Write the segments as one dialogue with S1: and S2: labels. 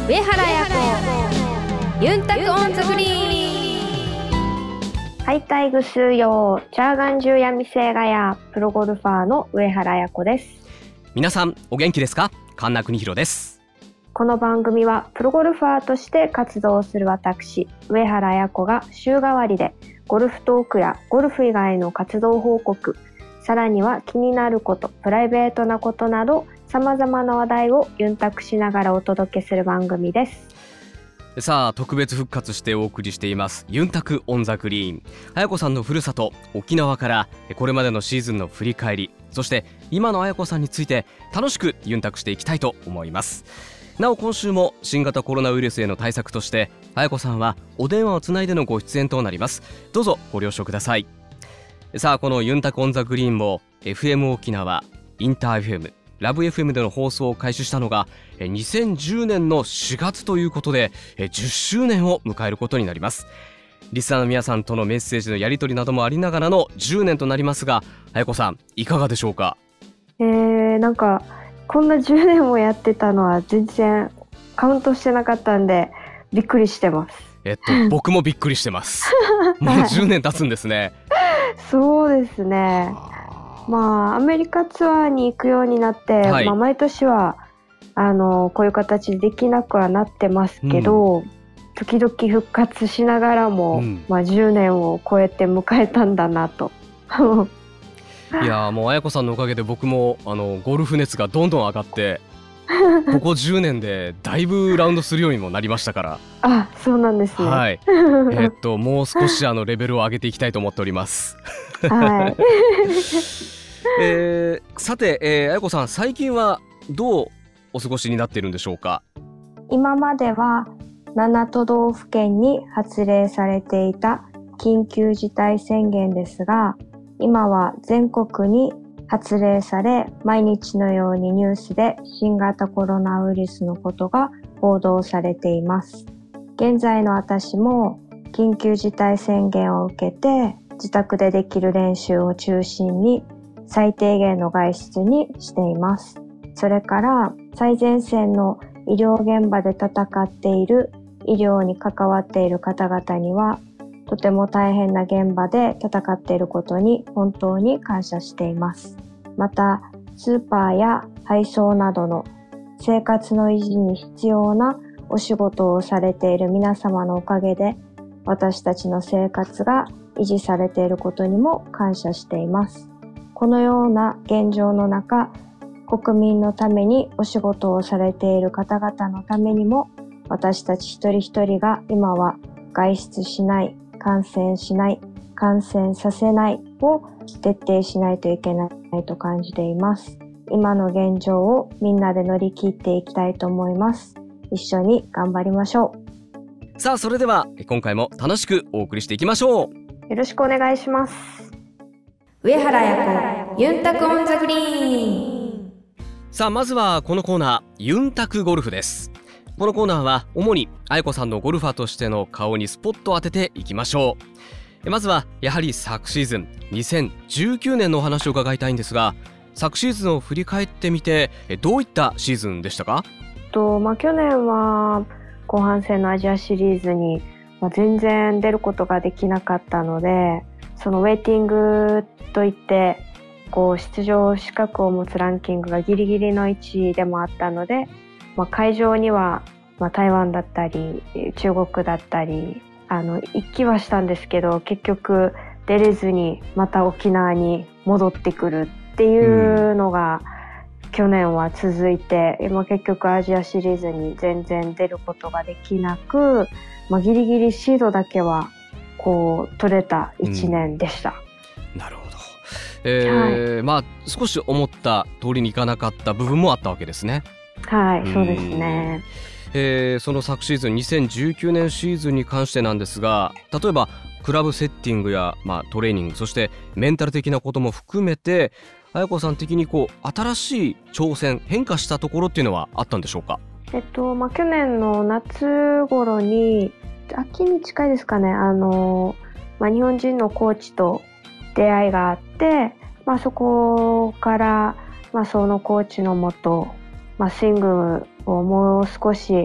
S1: 上原彩子ユンタクオンザグリーン。
S2: ハイタイグスーヨーチャーガンジュヤミセイガヤプロゴルファーの上原彩子です。
S3: 皆さんお元気ですか？神田邦弘です。
S2: この番組はプロゴルファーとして活動する私上原彩子が週替わりでゴルフトークやゴルフ以外の活動報告、さらには気になること、プライベートなことなど様々な話題をユンタクしながらお届けする番組です。
S3: さあ、特別復活してお送りしていますユンタクオンザグリーン。彩子さんのふるさと沖縄からこれまでのシーズンの振り返り、そして今の彩子さんについて楽しくユンタクしていきたいと思います。なお今週も新型コロナウイルスへの対策として彩子さんはお電話をつないでのご出演となります。どうぞご了承ください。さあ、このユンタクオンザグリーンも FM 沖縄、インター FM、ラブ FM での放送を開始したのが2010年の4月ということで10周年を迎えることになります。リスナーの皆さんとのメッセージのやり取りなどもありながらの10年となりますが、彩子さんいかがでしょうか？
S2: なんかこんな10年もやってたのは全然カウントしてなかったんでびっくりしてます。
S3: 僕もびっくりしてますもう10年経つんですね。
S2: そうですね。アメリカツアーに行くようになって、
S3: はい、
S2: 毎年はこういう形でできなくはなってますけど、時々復活しながらも、10年を超えて迎えたんだなと
S3: いやもう彩子さんのおかげで僕もゴルフ熱がどんどん上がってここ10年でだいぶラウンドするようにもなりましたから。
S2: あ、そうなんですね。
S3: はいもう少しレベルを上げていきたいと思っております
S2: はい
S3: さて、彩子さん最近はどうお過ごしになっているんでしょうか？
S2: 今までは7都道府県に発令されていた緊急事態宣言ですが、今は全国に発令され、毎日のようにニュースで新型コロナウイルスのことが報道されています。現在の私も緊急事態宣言を受けて自宅でできる練習を中心に最低限の外出にしています。それから最前線の医療現場で戦っている医療に関わっている方々にはとても大変な現場で戦っていることに本当に感謝しています。またスーパーや配送などの生活の維持に必要なお仕事をされている皆様のおかげで私たちの生活が維持されていることにも感謝しています。このような現状の中、国民のためにお仕事をされている方々のためにも私たち一人一人が今は外出しない、感染しない、感染させないを徹底しないといけないと感じています。今の現状をみんなで乗り切っていきたいと思います。一緒に頑張りましょ
S3: う。さあ、それでは今回も楽しくお送りしていきましょう。
S2: よろしくお願いします。
S1: 上原彩子ユンタクオンザグリーン。
S3: さあ、まずはこのコーナーユンタクゴルフです。このコーナーは主に彩子さんのゴルファーとしての顔にスポットを当てていきましょう。まずはやはり昨シーズン2019年のお話を伺いたいんですが、昨シーズンを振り返ってみてどういったシーズンでしたか？
S2: 去年は後半戦のアジアシリーズに、全然出ることができなかったので、そのウェイティングといって出場資格を持つランキングがギリギリの位置でもあったので、会場には、台湾だったり中国だったり行きはしたんですけど、結局出れずにまた沖縄に戻ってくるっていうのが去年は続いて、結局アジアシリーズに全然出ることができなく、ギリギリシードだけは取れた1年でした。
S3: なるほど。少し思った通りにいかなかった部分もあったわけですね。
S2: はい、そうですね。
S3: その昨シーズン2019年シーズンに関してなんですが、例えばクラブセッティングや、トレーニング、そしてメンタル的なことも含めて彩子さん的に新しい挑戦、変化したところっていうのはあったんでしょうか？
S2: 去年の夏頃に、秋に近いですかね、日本人のコーチと出会いがあって、そこから、そのコーチのもと、スイングをもう少し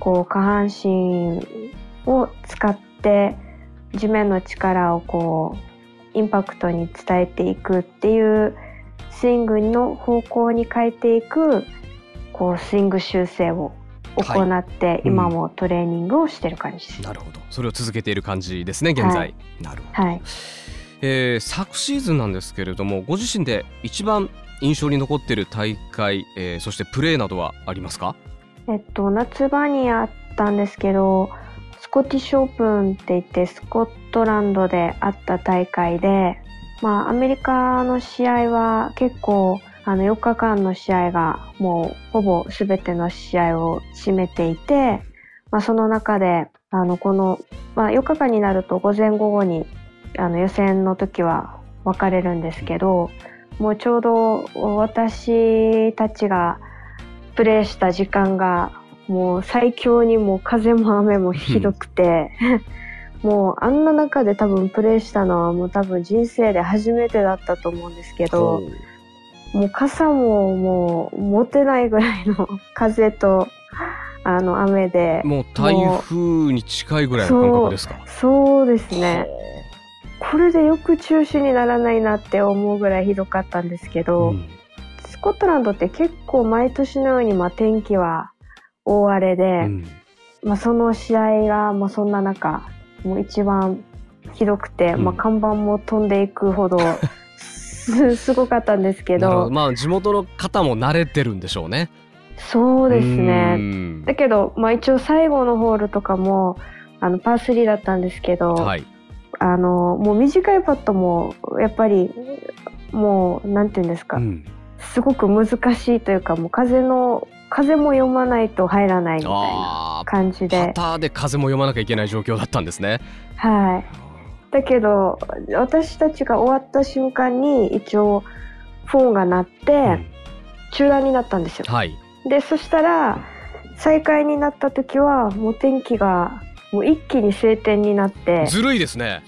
S2: こう下半身を使って地面の力をこうインパクトに伝えていくっていうスイングの方向に変えていくこうスイング修正を行って、今もトレーニングをしてる感じです。
S3: なるほど、それを続けている感じですね現在。なるほど。昨シーズンなんですけれども、ご自身で一番印象に残っている大会、そしてプレーなどはありますか？
S2: 夏場にあったんですけど、スコティッシュオープンって言ってスコットランドであった大会で、アメリカの試合は結構4日間の試合がもうほぼ全ての試合を占めていて、その中でこの、4日間になると午前午後に予選の時は分かれるんですけど、もうちょうど私たちがプレーした時間がもう最強にもう風も雨もひどくて、もうあんな中で多分プレーしたのはもう多分人生で初めてだったと思うんですけど、もう傘ももう持てないぐらいの風と雨で、
S3: もう台風に近いぐらいの感覚ですか？
S2: そうですね。これでよく中止にならないなって思うぐらいひどかったんですけど、スコットランドって結構毎年のように天気は大荒れで、その試合がそんな中もう一番ひどくて、看板も飛んでいくほどすごかったんですけど、
S3: 地元の方も慣れてるんでしょうね。
S2: そうですね。だけど、一応最後のホールとかもパー3だったんですけど、もう短いパットもやっぱりもうなんていうんですか、すごく難しいというか、もう風も読まないと入らないみたいな感じで、
S3: パターで風も読まなきゃいけない状況だったんですね。
S2: はい。だけど私たちが終わった瞬間に一応フォンが鳴って中断になったんですよ。でそしたら再開になった時はもう天気がもう一気に晴天になって、
S3: ずるいですね。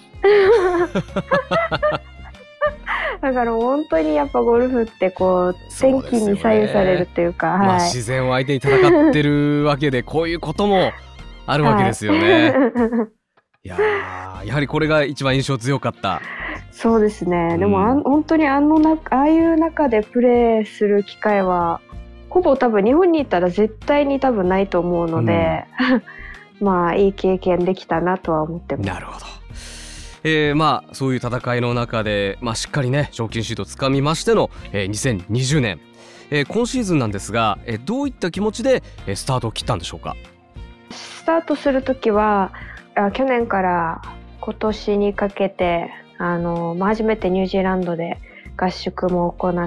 S2: だから本当にやっぱゴルフってこう天気に左右されるというか、
S3: 自然を相手に戦ってるわけでこういうこともあるわけですよね。やはりこれが一番印象強かった。
S2: そうですね。でも本当にああいう中でプレーする機会はほぼ多分日本にいたら絶対に多分ないと思うので、いい経験できたなとは思ってます。
S3: なるほど。そういう戦いの中で、しっかりね賞金シートをつかみましての、2020年、今シーズンなんですが、どういった気持ちでスタートを切ったんでしょうか？
S2: スタートするときは去年から今年にかけて初めてニュージーランドで合宿も行って、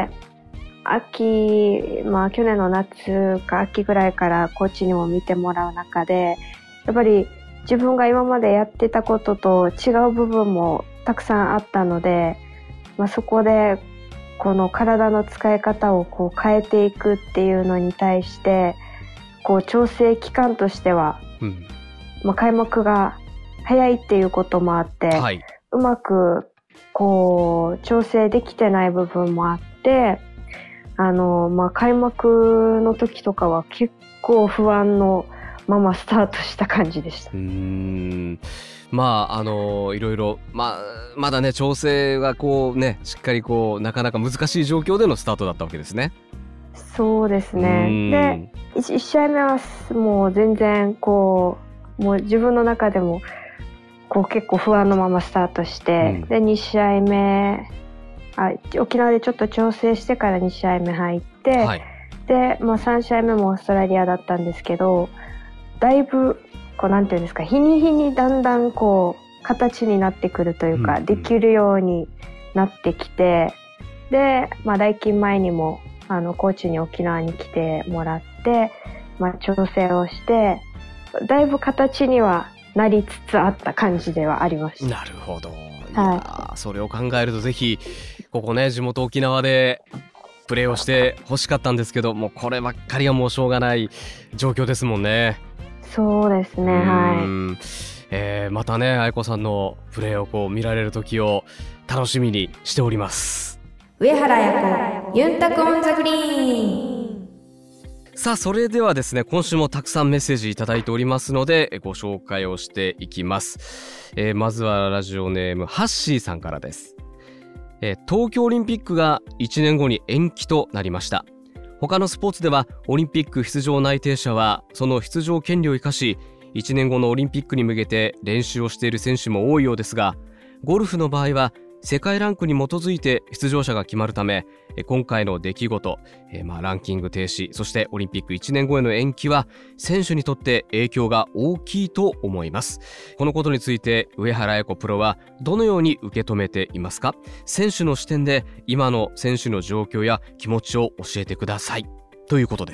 S2: 秋、去年の夏か秋ぐらいからコーチにも見てもらう中で、やっぱり自分が今までやってたことと違う部分もたくさんあったので、そこでこの体の使い方をこう変えていくっていうのに対してこう調整期間としては、開幕が早いっていうこともあって、うまくこう調整できてない部分もあって、開幕の時とかは結構不安のままスタートした感じでした。
S3: いろいろまだね調整がこうねしっかりこうなかなか難しい状況でのスタートだったわけですね。
S2: そうですね。で1試合目はもう全然こうもう自分の中でもこう結構不安のままスタートして、で2試合目沖縄でちょっと調整してから2試合目入って、で、3試合目もオーストラリアだったんですけど、だいぶこうなんていうんですか、日に日にだんだんこう形になってくるというか、できるようになってきて、で、来勤前にもコーチに沖縄に来てもらって、調整をしてだいぶ形にはなりつつあった感じではありました。
S3: なるほど。それを考えるとぜひここね地元沖縄でプレーをしてほしかったんですけど、もうこればっかりはもうしょうがない状況ですもんね。
S2: そうですね。
S3: またね愛子さんのプレーをこう見られる時を楽しみにしております。
S1: 上原彩子ユンタクオンザグリーン。
S3: さあそれではですね、今週もたくさんメッセージいただいておりますのでご紹介をしていきます。まずはラジオネームハッシーさんからです。東京オリンピックが1年後に延期となりました。他のスポーツではオリンピック出場内定者はその出場権利を生かし1年後のオリンピックに向けて練習をしている選手も多いようですが、ゴルフの場合は世界ランクに基づいて出場者が決まるため、今回の出来事、ランキング停止、そしてオリンピック1年後への延期は選手にとって影響が大きいと思います。このことについて上原彩子プロはどのように受け止めていますか？選手の視点で今の選手の状況や気持ちを教えてくださいということです。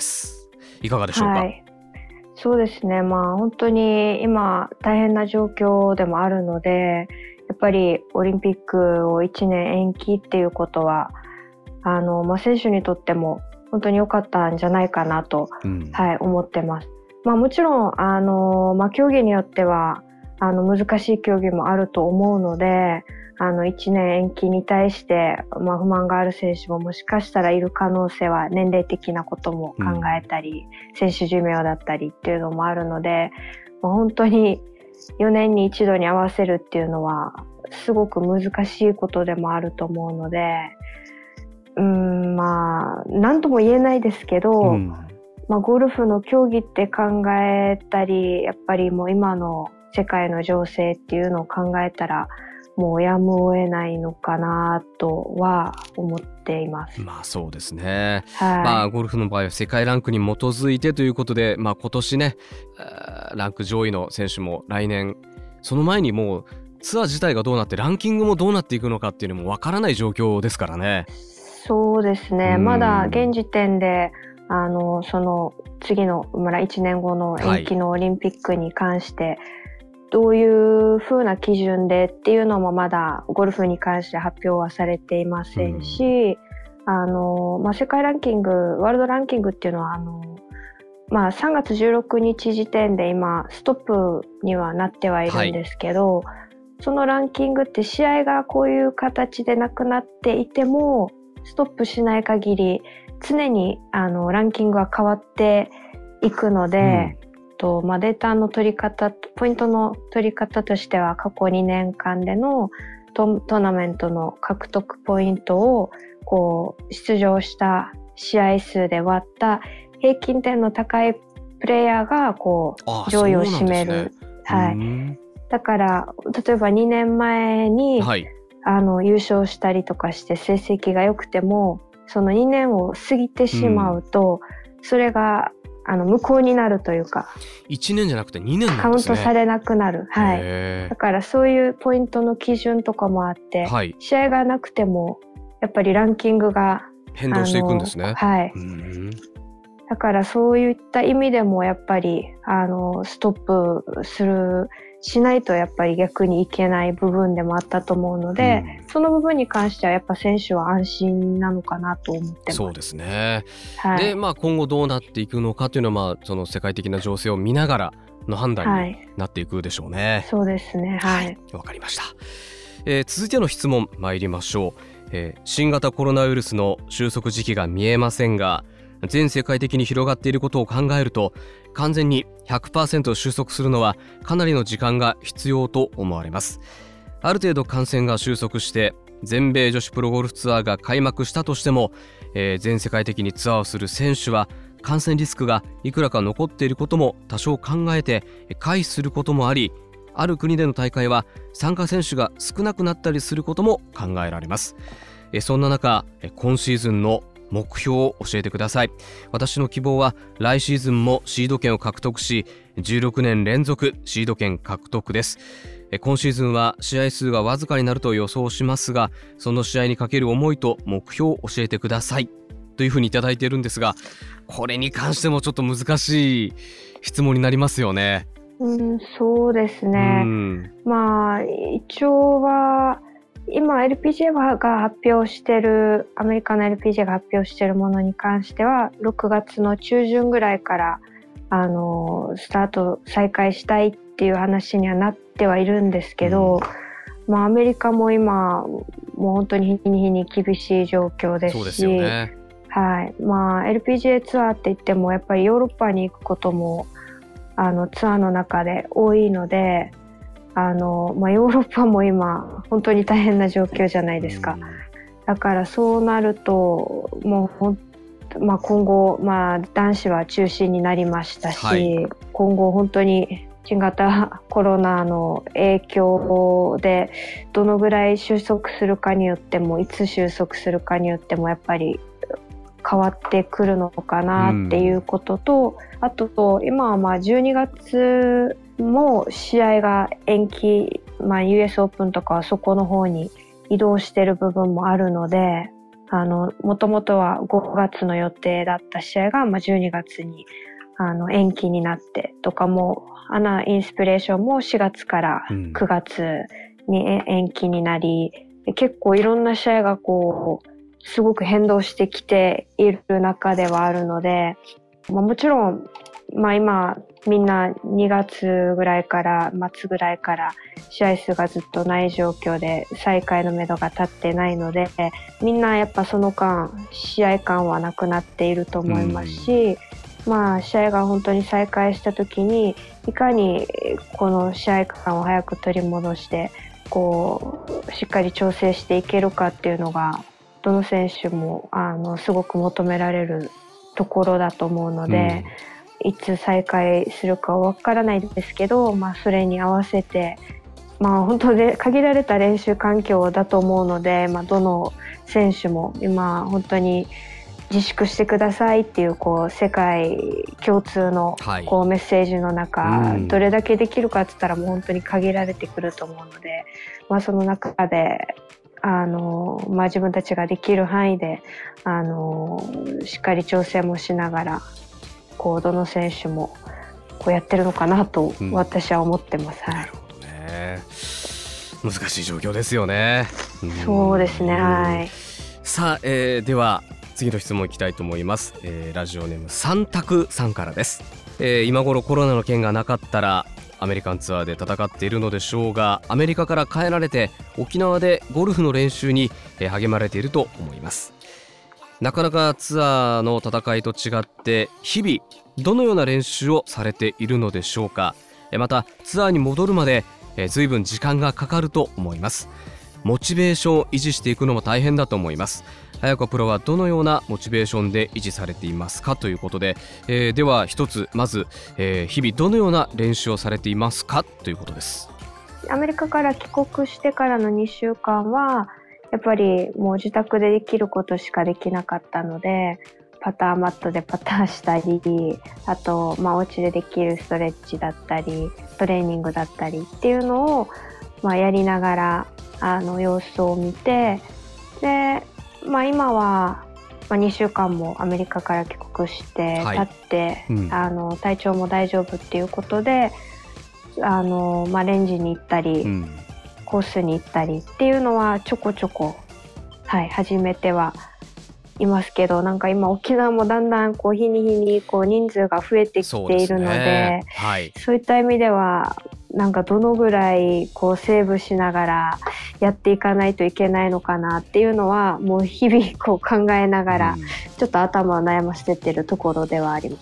S3: いかがでしょうか？
S2: はい、そうですね、本当に今大変な状況でもあるので、やっぱりオリンピックを1年延期っていうことは選手にとっても本当に良かったんじゃないかなと、思ってます。もちろん競技によっては難しい競技もあると思うので、1年延期に対して、不満がある選手ももしかしたらいる可能性は、年齢的なことも考えたり、選手寿命だったりっていうのもあるので、本当に4年に一度に合わせるっていうのはすごく難しいことでもあると思うので、何とも言えないですけど、ゴルフの競技って考えたり、やっぱりもう今の世界の情勢っていうのを考えたら、もうやむを得ないのかなとは思っています。
S3: そうですね、ゴルフの場合は世界ランクに基づいてということで、今年ねランク上位の選手も来年、その前にもうツアー自体がどうなってランキングもどうなっていくのかっていうのもわからない状況ですからね。
S2: そうですね、まだ現時点でその次の1年後の延期のオリンピックに関して、どういう風な基準でっていうのもまだゴルフに関して発表はされていませんし、世界ランキング、ワールドランキングっていうのは3月16日時点で今ストップにはなってはいるんですけど、そのランキングって試合がこういう形でなくなっていてもストップしない限り常にランキングは変わっていくので、データの取り方、ポイントの取り方としては過去2年間でのトーナメントの獲得ポイントを出場した試合数で割った平均点の高いプレイヤーが上位を占める。だから例えば2年前に、優勝したりとかして成績が良くても、その2年を過ぎてしまうと、それが無効になるというか、
S3: 1年じゃなくて2年なんですね。
S2: カウントされなくなる。だからそういうポイントの基準とかもあって、試合がなくてもやっぱりランキングが
S3: 変動していくんですね。
S2: だからそういった意味でもやっぱりストップしないとやっぱり逆にいけない部分でもあったと思うので、その部分に関してはやっぱ選手は安心なのかなと思ってます。
S3: そうですね。で、今後どうなっていくのかというのは、その世界的な情勢を見ながらの判断になっていくでしょうね。
S2: そうですね。
S3: わかりました。続いての質問参りましょう。新型コロナウイルスの収束時期が見えませんが、全世界的に広がっていることを考えると、完全に 100% 収束するのはかなりの時間が必要と思われます。ある程度感染が収束して全米女子プロゴルフツアーが開幕したとしても、全世界的にツアーをする選手は感染リスクがいくらか残っていることも多少考えて回避することもあり、ある国での大会は参加選手が少なくなったりすることも考えられます。そんな中、今シーズンの目標を教えてください。私の希望は来シーズンもシード権を獲得し、16年連続シード権獲得です。今シーズンは試合数がわずかになると予想しますが、その試合にかける思いと目標を教えてくださいというふうにいただいているんですが、これに関してもちょっと難しい質問になりますよね。
S2: そうですね。一応は今 LPGA が発表してる、アメリカの LPGA が発表してるものに関しては6月の中旬ぐらいからスタート再開したいっていう話にはなってはいるんですけど、アメリカも今もう本当に日に日に厳しい状況ですし、 はい。LPGA ツアーって言ってもやっぱりヨーロッパに行くこともツアーの中で多いので、ヨーロッパも今本当に大変な状況じゃないですか。だからそうなるともう今後、男子は中止になりましたし、はい、今後本当に新型コロナの影響でどのぐらい収束するかによっても、いつ収束するかによってもやっぱり変わってくるのかなっていうことと、あと今は12月も試合が延期、US オープンとかはそこの方に移動してる部分もあるので、もともとは5月の予定だった試合が12月に延期になってとかも、インスピレーションも4月から9月に延期になり、結構いろんな試合がすごく変動してきている中ではあるので、もちろん、今みんな2月ぐらいから末ぐらいから試合数がずっとない状況で再開のめどが立ってないので、みんなやっぱその間試合感はなくなっていると思いますし、試合が本当に再開した時にいかにこの試合感を早く取り戻してしっかり調整していけるかっていうのがどの選手もすごく求められるところだと思うので、いつ再開するかわからないですけど、それに合わせて、本当で限られた練習環境だと思うので、どの選手も今本当に自粛してくださいっていう世界共通のメッセージの中、どれだけできるかって言ったらもう本当に限られてくると思うので、その中で自分たちができる範囲でしっかり調整もしながらどの選手もやってるのかなと私は思ってます。
S3: なるほどね。難しい状況ですよね。
S2: そうですね。はい。
S3: さあ、では次の質問いきたいと思います。ラジオネーム三択さんからです。今頃コロナの件がなかったらアメリカンツアーで戦っているのでしょうが、アメリカから帰られて沖縄でゴルフの練習に励まれていると思います。なかなかツアーの戦いと違って日々どのような練習をされているのでしょうか。またツアーに戻るまで随分時間がかかると思います。モチベーションを維持していくのも大変だと思います。早子プロはどのようなモチベーションで維持されていますかということで、では一つまず、日々どのような練習をされていますかということです。
S2: アメリカから帰国してからの2週間はやっぱりもう自宅でできることしかできなかったので、パターマットでパターしたり、あとお家でできるストレッチだったりトレーニングだったりっていうのをやりながら様子を見て、で今は2週間もアメリカから帰国して経って、体調も大丈夫っていうことでレンジに行ったり、コースに行ったりっていうのはちょこちょこ、始めてはいますけど、なんか今沖縄もだんだん日に日に人数が増えてきているので、そういった意味ではなんかどのぐらいセーブしながらやっていかないといけないのかなっていうのはもう日々考えながらちょっと頭を悩ませているところではあります。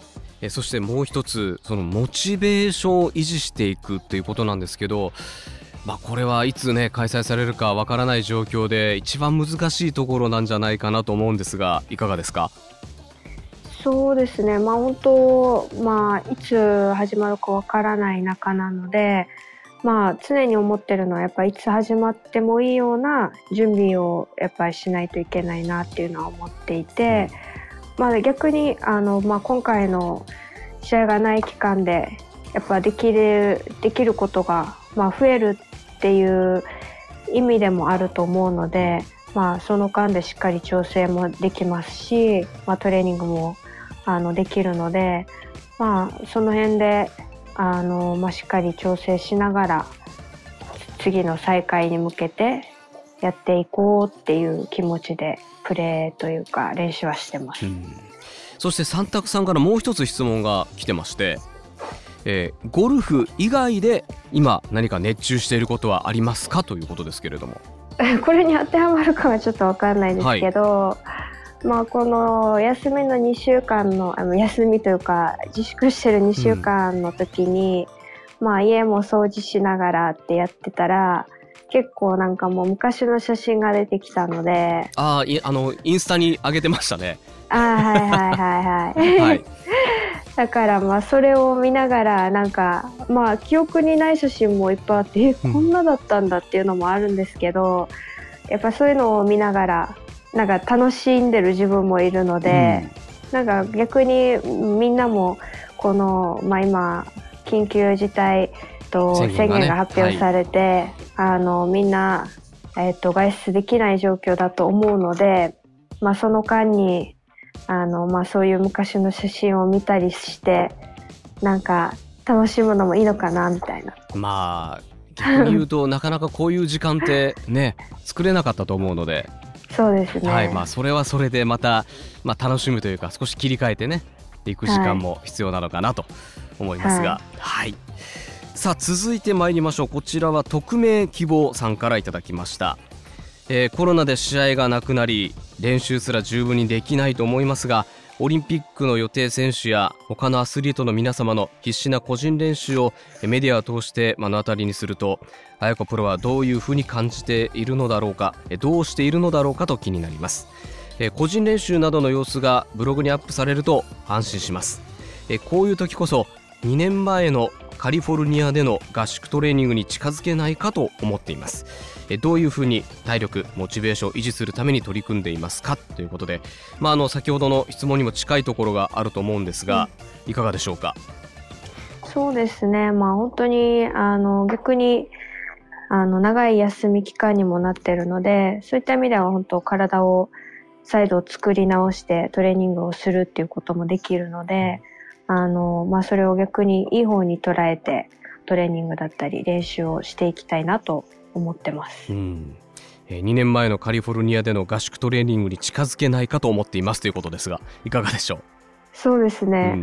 S3: そしてもう一つ、そのモチベーションを維持していくっていうことなんですけど、これはいつね開催されるかわからない状況で一番難しいところなんじゃないかなと思うんですが、いかがですか？
S2: そうですね、本当、いつ始まるかわからない中なので、常に思ってるのはやっぱりいつ始まってもいいような準備をやっぱりしないといけないなっていうのは思っていて、逆に今回の試合がない期間でやっぱできることが増えるっていう意味でもあると思うので、その間でしっかり調整もできますし、トレーニングもできるので、その辺でしっかり調整しながら次の再開に向けてやっていこうっていう気持ちでプレーというか練習はしてます。
S3: そして三択さんからもう一つ質問が来てまして、ゴルフ以外で今何か熱中していることはありますかということですけれども。
S2: これに当てはまるかはちょっと分かんないですけど、 この休みの2週間の、休みというか自粛してる2週間の時に、家も掃除しながらってやってたら、結構なんかもう昔の写真が出てきたので、
S3: インスタに上げてましたね。
S2: はいだからそれを見ながら、なんか記憶にない写真もいっぱいあって、こんなだったんだっていうのもあるんですけど、やっぱそういうのを見ながらなんか楽しんでる自分もいるので、なんか逆にみんなもこの、今緊急事態宣言が発表されて、みんな、外出できない状況だと思うので、その間にそういう昔の写真を見たりして、なんか楽しむのもいいのかなみたいな。
S3: 逆に言うとなかなかこういう時間ってね作れなかったと思うので、
S2: そうですね。
S3: それはそれでまた、楽しむというか少し切り替えてね行く時間も必要なのかなと思いますが、さあ続いて参りましょう。こちらは匿名希望さんからいただきました。コロナで試合がなくなり練習すら十分にできないと思いますが、オリンピックの予定選手や他のアスリートの皆様の必死な個人練習をメディアを通して目の当たりにすると、綾子プロはどういうふうに感じているのだろうか、どうしているのだろうかと気になります。個人練習などの様子がブログにアップされると安心します。こういう時こそ2年前のカリフォルニアでの合宿トレーニングに近づけないかと思っています。どういうふうに体力モチベーションを維持するために取り組んでいますかということで、先ほどの質問にも近いところがあると思うんですが、いかがでしょうか。
S2: そうですね、本当に逆に長い休み期間にもなっているので、そういった意味では本当体を再度作り直してトレーニングをするっていうこともできるので、それを逆にいい方に捉えてトレーニングだったり練習をしていきたいなと思ってます。
S3: 2年前のカリフォルニアでの合宿トレーニングに近づけないかと思っていますということですが、いかがでしょう。
S2: そうですね、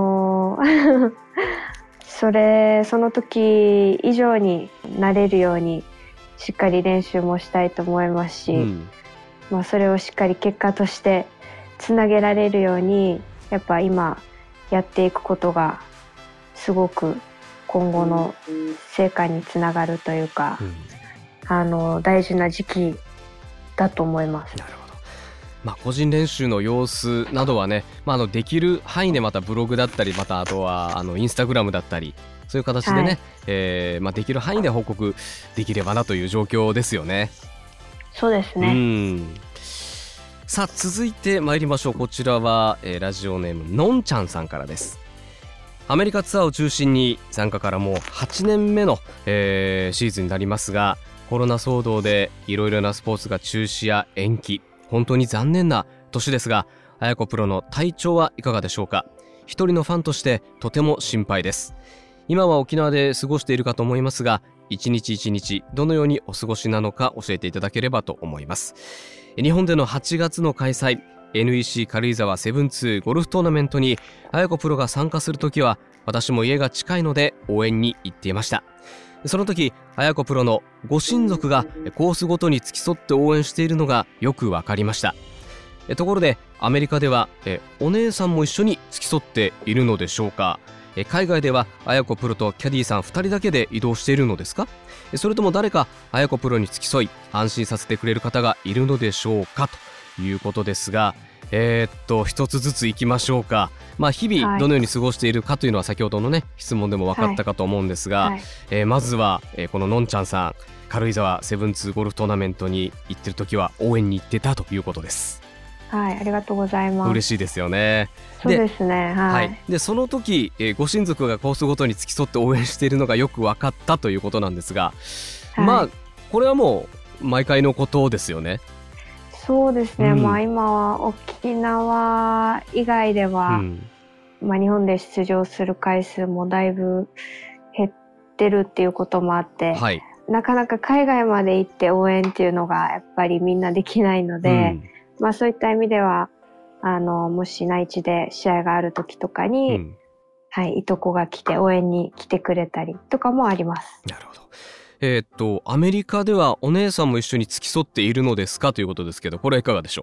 S2: その時以上になれるようにしっかり練習もしたいと思いますし、それをしっかり結果としてつなげられるように、やっぱ今やっていくことがすごく今後の成果につながるというか、大事な時期だと思います。
S3: なるほど。個人練習の様子などはね、できる範囲でまたブログだったり、またあとはインスタグラムだったり、そういう形でね、できる範囲で報告できればなという状況ですよね。
S2: そうですね。
S3: さあ続いて参りましょう。こちらは、ラジオネームのんちゃんさんからです。アメリカツアーを中心に参加からもう8年目の、シーズンになりますが、コロナ騒動でいろいろなスポーツが中止や延期、本当に残念な年ですが、綾子プロの体調はいかがでしょうか。一人のファンとしてとても心配です。今は沖縄で過ごしているかと思いますが、一日一日どのようにお過ごしなのか教えていただければと思います。日本での8月の開催 NEC 軽井沢72ゴルフトーナメントに綾子プロが参加するときは、私も家が近いので応援に行っていました。その時、綾子プロのご親族がコースごとに付き添って応援しているのがよく分かりました。ところでアメリカではお姉さんも一緒に付き添っているのでしょうか。海外では綾子プロとキャディーさん2人だけで移動しているのですか。それとも誰か綾子プロに付き添い安心させてくれる方がいるのでしょうかということですが、一つずついきましょうか。日々どのように過ごしているかというのは先ほどのね質問でも分かったかと思うんですが、まずは、こののんちゃんさん、軽井沢72ゴルフトーナメントに行ってる時は応援に行ってたということです。
S2: ありがとうございます。
S3: 嬉しいですよね。
S2: そうですね。
S3: でその時、ご親族がコースごとに付き添って応援しているのがよく分かったということなんですが、これはもう毎回のことですよね。
S2: そうですね、今は沖縄以外では、日本で出場する回数もだいぶ減ってるっていうこともあって、なかなか海外まで行って応援っていうのがやっぱりみんなできないので、そういった意味ではもし内地で試合がある時とかに、いとこが来て応援に来てくれたりとかもあります。
S3: なるほど。アメリカではお姉さんも一緒に付き添っているのですかということですけど、これはいかがでしょう。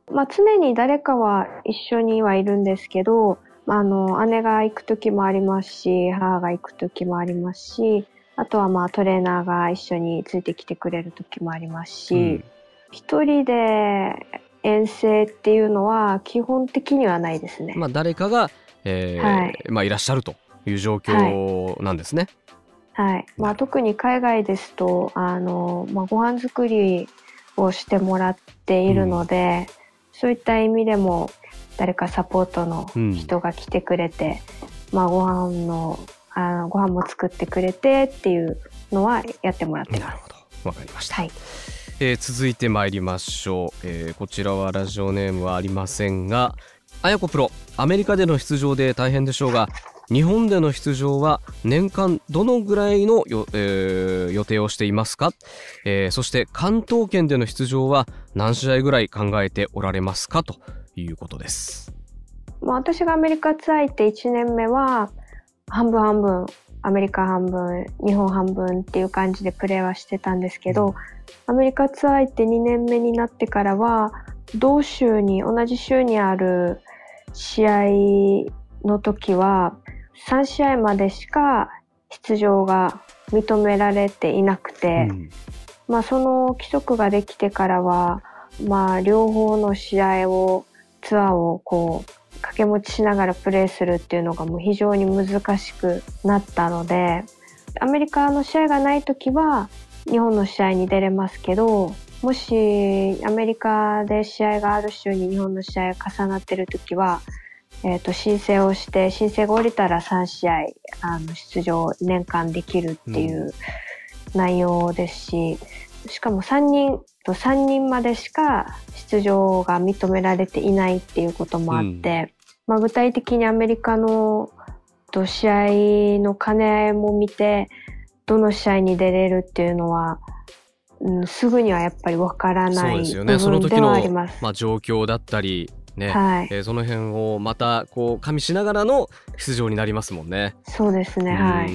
S2: 常に誰かは一緒にはいるんですけど、姉が行く時もありますし、母が行く時もありますし、あとはトレーナーが一緒についてきてくれる時もありますし、一人で遠征っていうのは基本的にはないですね。
S3: 誰かが、いらっしゃるという状況なんですね。
S2: はい。特に海外ですと、ご飯作りをしてもらっているので、そういった意味でも誰かサポートの人が来てくれて、ご飯も作ってくれてっていうのはやってもらってます。
S3: なるほど、わかりました。
S2: はい。
S3: 続いて参りましょう。こちらはラジオネームはありませんが、あやこプロ、アメリカでの出場で大変でしょうが、日本での出場は年間どのぐらいの予定をしていますか？そして関東圏での出場は何試合ぐらい考えておられますかということです。
S2: 私がアメリカツアー行って1年目は半分半分、アメリカ半分、日本半分っていう感じでプレーはしてたんですけど、アメリカツアー行って2年目になってからは同じ週にある試合の時は3試合までしか出場が認められていなくて、その規則ができてからは、両方のツアーを掛け持ちしながらプレーするっていうのがもう非常に難しくなったので、アメリカの試合がない時は日本の試合に出れますけど、もしアメリカで試合がある週に日本の試合が重なってる時は、申請をして申請が下りたら3試合出場年間できるっていう内容ですし、しかも3人までしか出場が認められていないっていうこともあって、具体的にアメリカの試合の兼ね合いも見てどの試合に出れるっていうのは、すぐにはやっぱりわからない部分ではあります。
S3: その時の、状況だったりね、その辺をまた加味しながらの出場になりますもんね。
S2: そうですね、はい。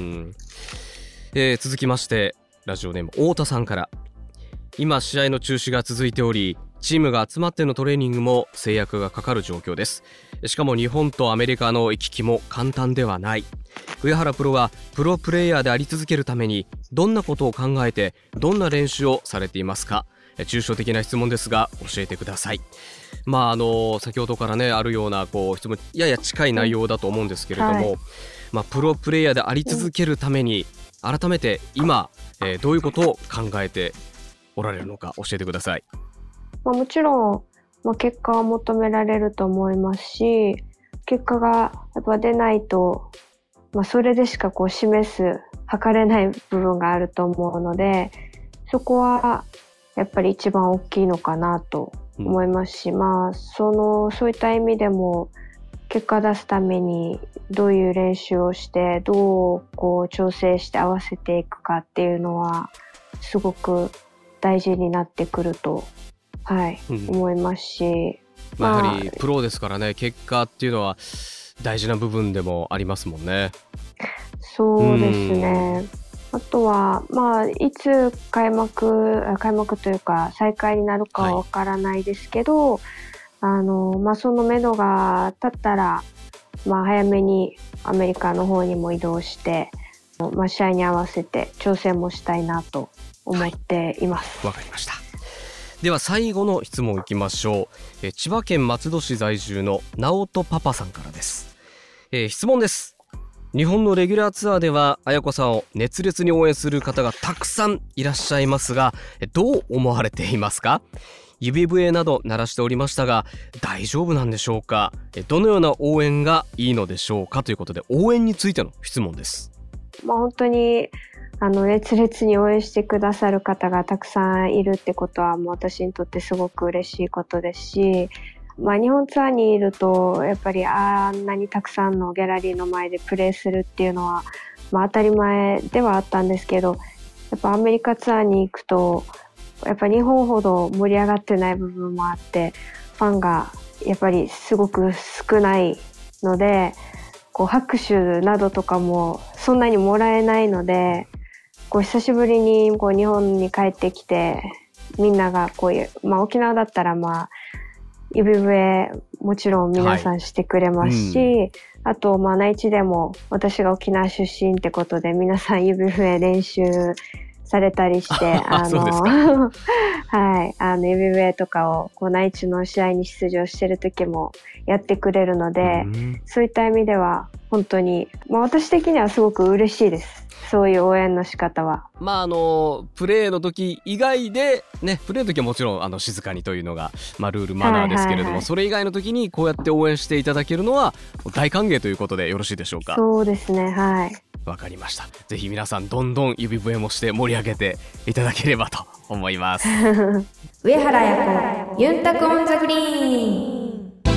S3: 続きましてラジオネーム太田さんから、今試合の中止が続いており、チームが集まってのトレーニングも制約がかかる状況です。しかも日本とアメリカの行き来も簡単ではない。上原プロはプロプレイヤーであり続けるためにどんなことを考えてどんな練習をされていますか？抽象的な質問ですが教えてください。先ほどからねあるような質問やや近い内容だと思うんですけれども、プロプレイヤーであり続けるために改めて今、どういうことを考えておられるのか教えてください。
S2: もちろん、結果を求められると思いますし、結果がやっぱ出ないと、それでしか測れない部分があると思うので、そこはやっぱり一番大きいのかなと思いますし、そういった意味でも結果出すためにどういう練習をしてどう調整して合わせていくかっていうのはすごく大事になってくると、思いますし、
S3: やはりプロですからね、結果っていうのは大事な部分でもありますもんね。
S2: そうですね。あとはいつ開幕というか再開になるかはわからないですけど、その目処が立ったら、早めにアメリカの方にも移動して、試合に合わせて調整もしたいなと思っています。
S3: わかりました。では最後の質問いきましょう。千葉県松戸市在住の直人パパさんからです。質問です。日本のレギュラーツアーでは綾子さんを熱烈に応援する方がたくさんいらっしゃいますが、どう思われていますか？指笛など鳴らしておりましたが大丈夫なんでしょうか？どのような応援がいいのでしょうか？ということで応援についての質問です。
S2: 本当に熱烈に応援してくださる方がたくさんいるってことはもう私にとってすごく嬉しいことですし、日本ツアーにいるとやっぱりあんなにたくさんのギャラリーの前でプレーするっていうのは、当たり前ではあったんですけど、やっぱアメリカツアーに行くとやっぱ日本ほど盛り上がってない部分もあって、ファンがやっぱりすごく少ないので、拍手などとかもそんなにもらえないので、久しぶりに日本に帰ってきてみんなが沖縄だったら指笛もちろん皆さんしてくれますし、あと内地でも私が沖縄出身ってことで皆さん指笛練習されたりして
S3: そうですか
S2: はい、指笛とかを内地の試合に出場してる時もやってくれるので、そういった意味では本当に、私的にはすごく嬉しいです。そういう応援の仕方は。
S3: プレーの時以外でね、プレーの時はもちろん静かにというのが、ルールマナーですけれども、それ以外の時にこうやって応援していただけるのは大歓迎ということでよろしいでしょうか。
S2: そうですね、はい。
S3: わかりました。ぜひ皆さんどんどん指笛もして盛り上げていただければと思います。
S1: 上原彩子ユンタクオンザグリーン。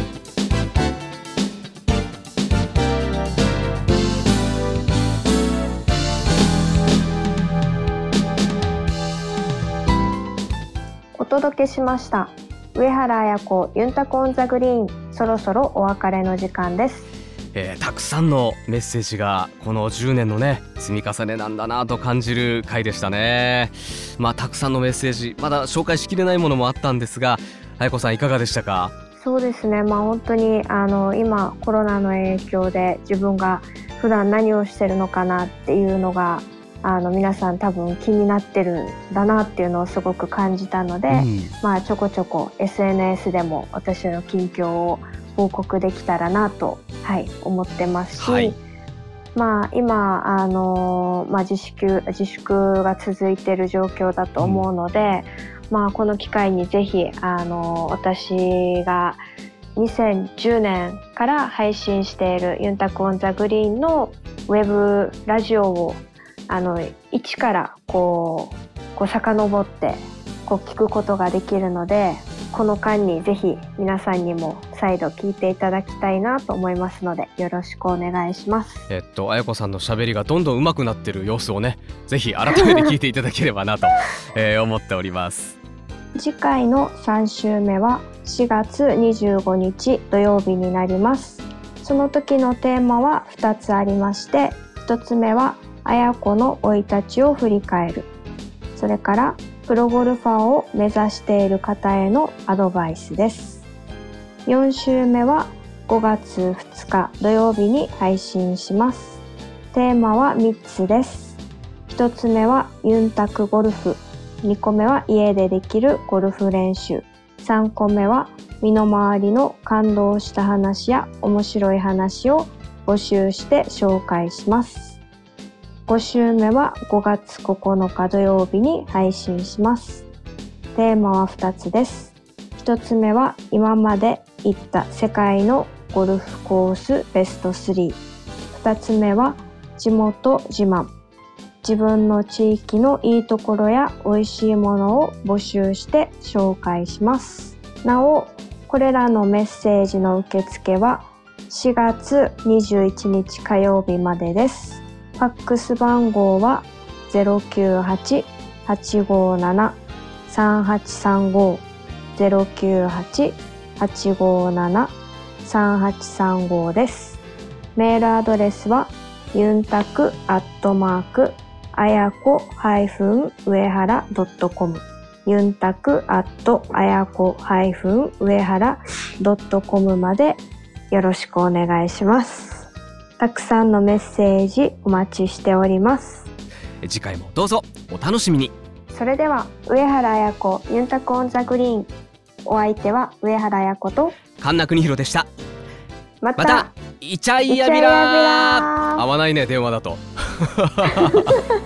S2: お届けしました上原彩子ユンタクオンザグリーン。そろそろお別れの時間です。
S3: たくさんのメッセージがこの10年のね積み重ねなんだなと感じる回でしたね。たくさんのメッセージ、まだ紹介しきれないものもあったんですが、彩子さんいかがでしたか？
S2: そうですね、本当に今コロナの影響で自分が普段何をしてるのかなっていうのが皆さん多分気になってるんだなっていうのをすごく感じたので、ちょこちょこ SNS でも私の近況を報告できたらなと、思ってますし、今自粛が続いている状況だと思うので、この機会にぜひ私が2010年から配信しているユンタクオンザグリーンのウェブラジオを一から遡って聞くことができるので、この間にぜひ皆さんにも再度聞いていただきたいなと思いますのでよろしくお願いします。
S3: 彩子さんの喋りがどんどん上手くなってる様子をね、ぜひ改めて聞いていただければなと、思っております。
S2: 次回の3週目は4月25日土曜日になります。その時のテーマは2つありまして、1つ目は彩子の生い立ちを振り返る、それからプロゴルファーを目指している方へのアドバイスです。4週目は5月2日土曜日に配信します。テーマは3つです。1つ目はユンタクゴルフ、2個目は家でできるゴルフ練習、3個目は身の回りの感動した話や面白い話を募集して紹介します。5週目は5月9日土曜日に配信します。テーマは2つです。1つ目は今まで行った世界のゴルフコースベスト3。2つ目は地元自慢。自分の地域のいいところや美味しいものを募集して紹介します。なお、これらのメッセージの受付は4月21日火曜日までです。ファックス番号は 098-857-3835 098-857-3835 です。メールアドレスはユンタク@あやこ上原 .com ユンタクあやこ上原 .com までよろしくお願いします。たくさんのメッセージお待ちしております。
S3: 次回もどうぞお楽しみに。
S2: それでは上原彩子ユンタクオンザグリーン、お相手は上原彩子と
S3: 神名邦弘でした。
S2: また
S3: イチャイヤビラー。合わないね電話だと